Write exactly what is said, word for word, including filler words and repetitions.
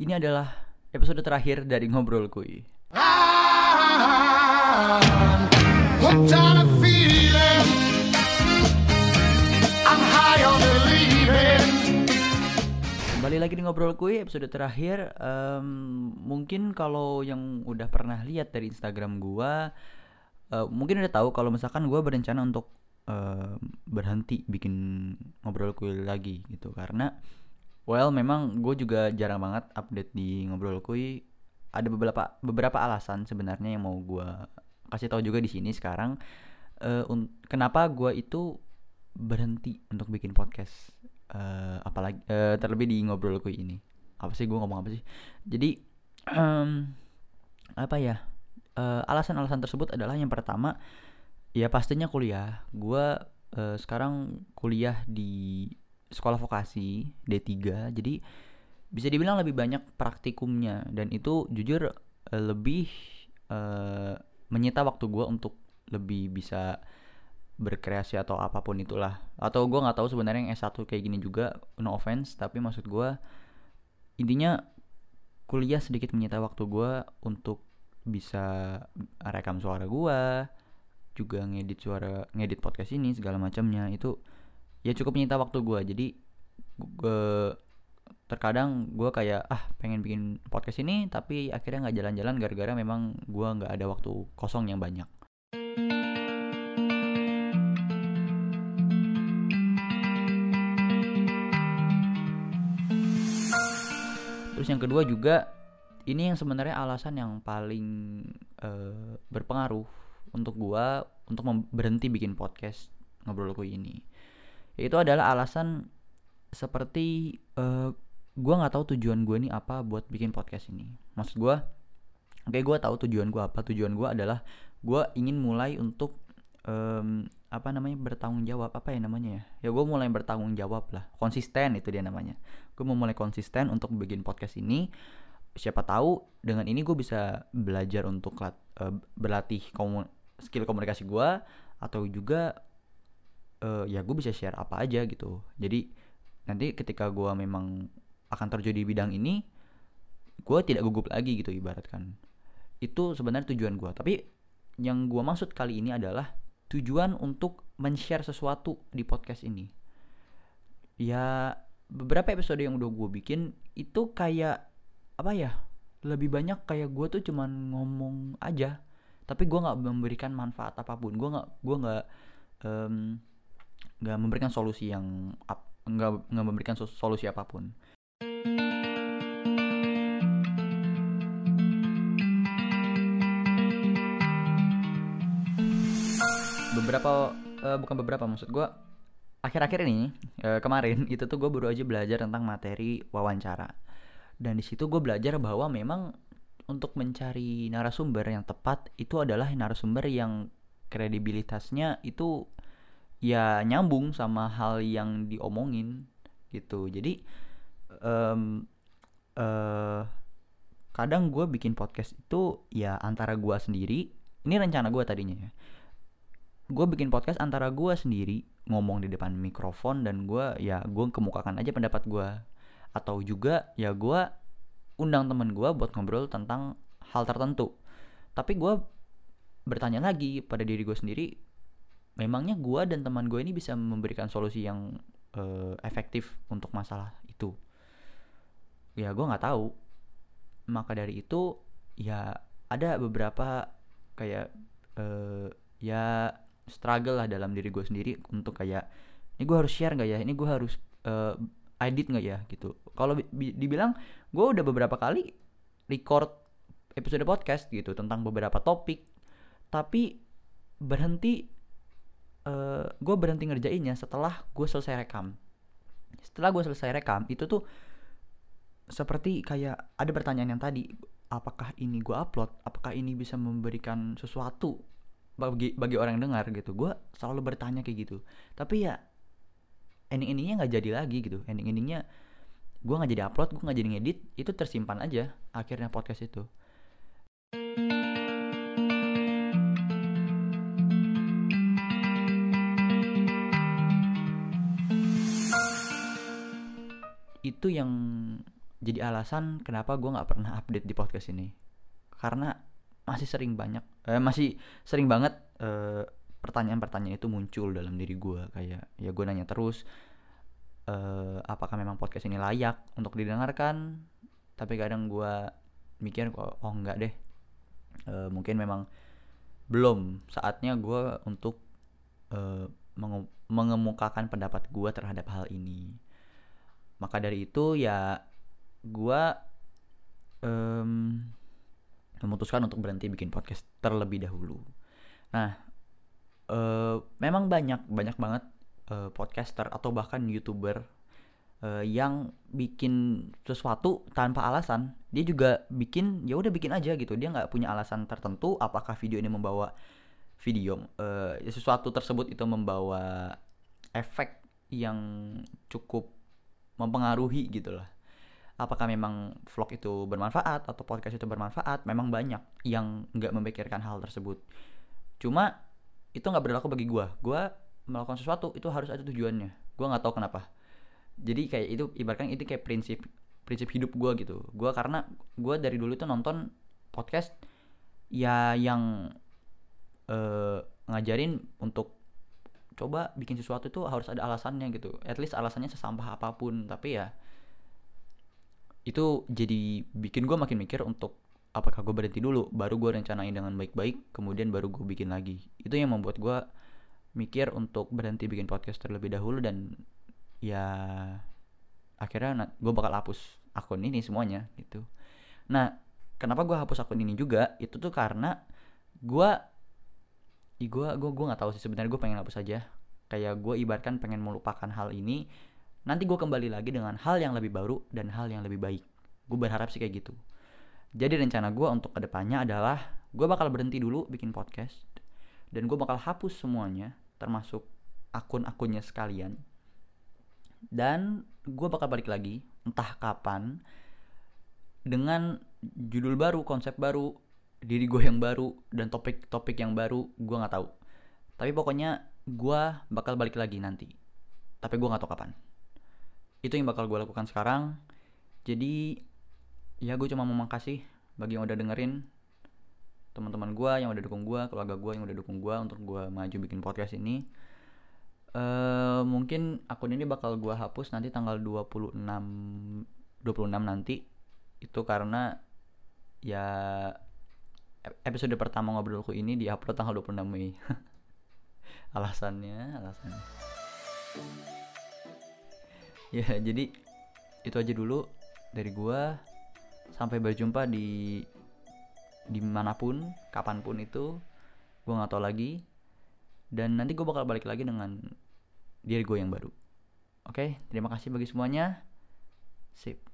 Ini adalah episode terakhir dari Ngobrol Kuy. Kembali lagi di Ngobrol Kuy, episode terakhir. um, Mungkin kalau yang udah pernah lihat dari Instagram gua, uh, mungkin udah tahu kalau misalkan gua berencana untuk uh, berhenti bikin Ngobrol Kuy lagi gitu. Karena well, memang gue juga jarang banget update di Ngobrol Kuy. Ada beberapa beberapa alasan sebenarnya yang mau gue kasih tahu juga di sini sekarang. Uh, un- kenapa gue itu berhenti untuk bikin podcast? Uh, apalagi uh, terlebih di Ngobrol Kuy ini. Apa sih gue ngomong apa sih? Jadi um, apa ya? Uh, alasan-alasan tersebut adalah yang pertama, ya pastinya kuliah. Gue uh, sekarang kuliah di sekolah vokasi D tiga, jadi bisa dibilang lebih banyak praktikumnya, dan itu jujur uh, lebih uh, menyita waktu gue untuk lebih bisa berkreasi atau apapun itulah. Atau gue nggak tahu sebenarnya yang S satu kayak gini juga, no offense, tapi maksud gue intinya kuliah sedikit menyita waktu gue untuk bisa rekam suara gue, juga ngedit suara, ngedit podcast ini segala macamnya. Itu ya cukup menyita waktu gue. Jadi gue terkadang gue kayak ah pengen bikin podcast ini, tapi akhirnya nggak jalan-jalan gara-gara memang gue nggak ada waktu kosong yang banyak. Terus yang kedua juga, ini yang sebenarnya alasan yang paling uh, berpengaruh untuk gue untuk mem- berhenti bikin podcast Ngobrol Kuy ini. Itu adalah alasan seperti uh, gue nggak tahu tujuan gue nih apa buat bikin podcast ini. Maksud gue, oke, gue tahu tujuan gue apa. Tujuan gue adalah gue ingin mulai untuk um, apa namanya bertanggung jawab, apa ya namanya ya? Ya gue mulai bertanggung jawab lah, konsisten itu dia namanya. Gue mau mulai konsisten untuk bikin podcast ini. Siapa tahu dengan ini gue bisa belajar untuk lat, uh, berlatih komu- skill komunikasi gue, atau juga uh, ya gue bisa share apa aja gitu. Jadi nanti ketika gue memang akan terjun di bidang ini, gue tidak gugup lagi gitu ibaratkan. Itu sebenarnya tujuan gue. Tapi yang gue maksud kali ini adalah tujuan untuk men-share sesuatu di podcast ini. Ya beberapa episode yang udah gue bikin itu kayak apa ya, lebih banyak kayak gue tuh cuman ngomong aja, tapi gue nggak memberikan manfaat apapun. Gue nggak gue nggak um, nggak memberikan solusi yang nggak nggak memberikan solusi apapun. Beberapa uh, bukan beberapa maksud gue akhir-akhir ini uh, kemarin itu tuh gue baru aja belajar tentang materi wawancara, dan di situ gue belajar bahwa memang untuk mencari narasumber yang tepat itu adalah narasumber yang kredibilitasnya itu ya nyambung sama hal yang diomongin gitu. Jadi um, uh, kadang gue bikin podcast itu ya antara gue sendiri. Ini rencana gue tadinya ya, gue bikin podcast antara gue sendiri ngomong di depan mikrofon, dan gue ya gue kemukakan aja pendapat gue, atau juga ya gue undang temen gue buat ngobrol tentang hal tertentu. Tapi gue bertanya lagi pada diri gue sendiri, memangnya gue dan teman gue ini bisa memberikan solusi yang uh, efektif untuk masalah itu? Ya gue nggak tahu. Maka dari itu ya ada beberapa kayak uh, ya struggle lah dalam diri gue sendiri untuk kayak, ini gue harus share nggak ya, ini gue harus uh, edit nggak ya gitu. Kalau bi- dibilang gue udah beberapa kali record episode podcast gitu tentang beberapa topik, tapi berhenti uh, gue berhenti ngerjainnya setelah gue selesai rekam. Setelah gue selesai rekam itu tuh seperti kayak ada pertanyaan yang tadi, apakah ini gue upload, apakah ini bisa memberikan sesuatu bagi bagi orang yang dengar gitu. Gue selalu bertanya kayak gitu, tapi ya ending-endingnya nggak jadi lagi gitu. Ending-endingnya gue nggak jadi upload, gue nggak jadi ngedit, itu tersimpan aja akhirnya podcast itu. Itu yang jadi alasan kenapa gue nggak pernah update di podcast ini. Karena masih sering banyak eh, masih sering banget eh, pertanyaan-pertanyaan itu muncul dalam diri gue. Kayak ya gue nanya terus, eh, apakah memang podcast ini layak untuk didengarkan. Tapi kadang gue mikir kok, oh enggak deh, Eh, mungkin memang belum saatnya gue untuk eh, menge- mengemukakan pendapat gue terhadap hal ini. Maka dari itu ya gue em, memutuskan untuk berhenti bikin podcast terlebih dahulu. Nah, eh, memang banyak banyak banget eh, podcaster atau bahkan youtuber eh, yang bikin sesuatu tanpa alasan. Dia juga bikin, ya udah bikin aja gitu. Dia nggak punya alasan tertentu apakah video ini membawa video eh, sesuatu tersebut itu membawa efek yang cukup mempengaruhi gitu lah. Apakah memang vlog itu bermanfaat atau podcast itu bermanfaat? Memang banyak yang nggak memikirkan hal tersebut. Cuma itu nggak berlaku bagi gue. Gue melakukan sesuatu itu harus ada tujuannya. Gue nggak tahu kenapa. Jadi kayak itu ibaratkan itu kayak prinsip prinsip hidup gue gitu. Gue karena gue dari dulu tuh nonton podcast ya yang eh, ngajarin untuk coba bikin sesuatu itu harus ada alasannya gitu. At least alasannya sesampah apapun. Tapi ya itu jadi bikin gue makin mikir untuk apakah gue berhenti dulu baru gue rencanain dengan baik-baik, kemudian baru gue bikin lagi. Itu yang membuat gue mikir untuk berhenti bikin podcast terlebih dahulu. Dan ya akhirnya gue bakal hapus akun ini semuanya gitu. Nah, kenapa gue hapus akun ini juga itu tuh karena gue gue gue gue nggak tahu sih sebenarnya. Gue pengen hapus aja, kayak gue ibaratkan pengen melupakan hal ini, nanti gue kembali lagi dengan hal yang lebih baru dan hal yang lebih baik. Gue berharap sih kayak gitu. Jadi rencana gue untuk kedepannya adalah gue bakal berhenti dulu bikin podcast dan gue bakal hapus semuanya termasuk akun-akunnya sekalian. Dan gue bakal balik lagi entah kapan dengan judul baru, konsep baru, diri gue yang baru, dan topik-topik yang baru. Gue gak tahu. Tapi pokoknya gue bakal balik lagi nanti. Tapi gue gak tahu kapan. Itu yang bakal gue lakukan sekarang. Jadi ya gue cuma mau makasih bagi yang udah dengerin, teman-teman gue yang udah dukung gue, keluarga gue yang udah dukung gue untuk gue maju bikin podcast ini. Uh, mungkin akun ini bakal gue hapus nanti tanggal dua puluh enam nanti. Itu karena ya episode pertama ngobrolku ini diupload tanggal dua puluh enam Mei. alasannya alasannya ya jadi itu aja dulu dari gue. Sampai berjumpa di dimanapun, kapanpun itu, gue nggak tahu lagi. Dan nanti gue bakal balik lagi dengan diri gue yang baru. Oke, terima kasih bagi semuanya. Sip.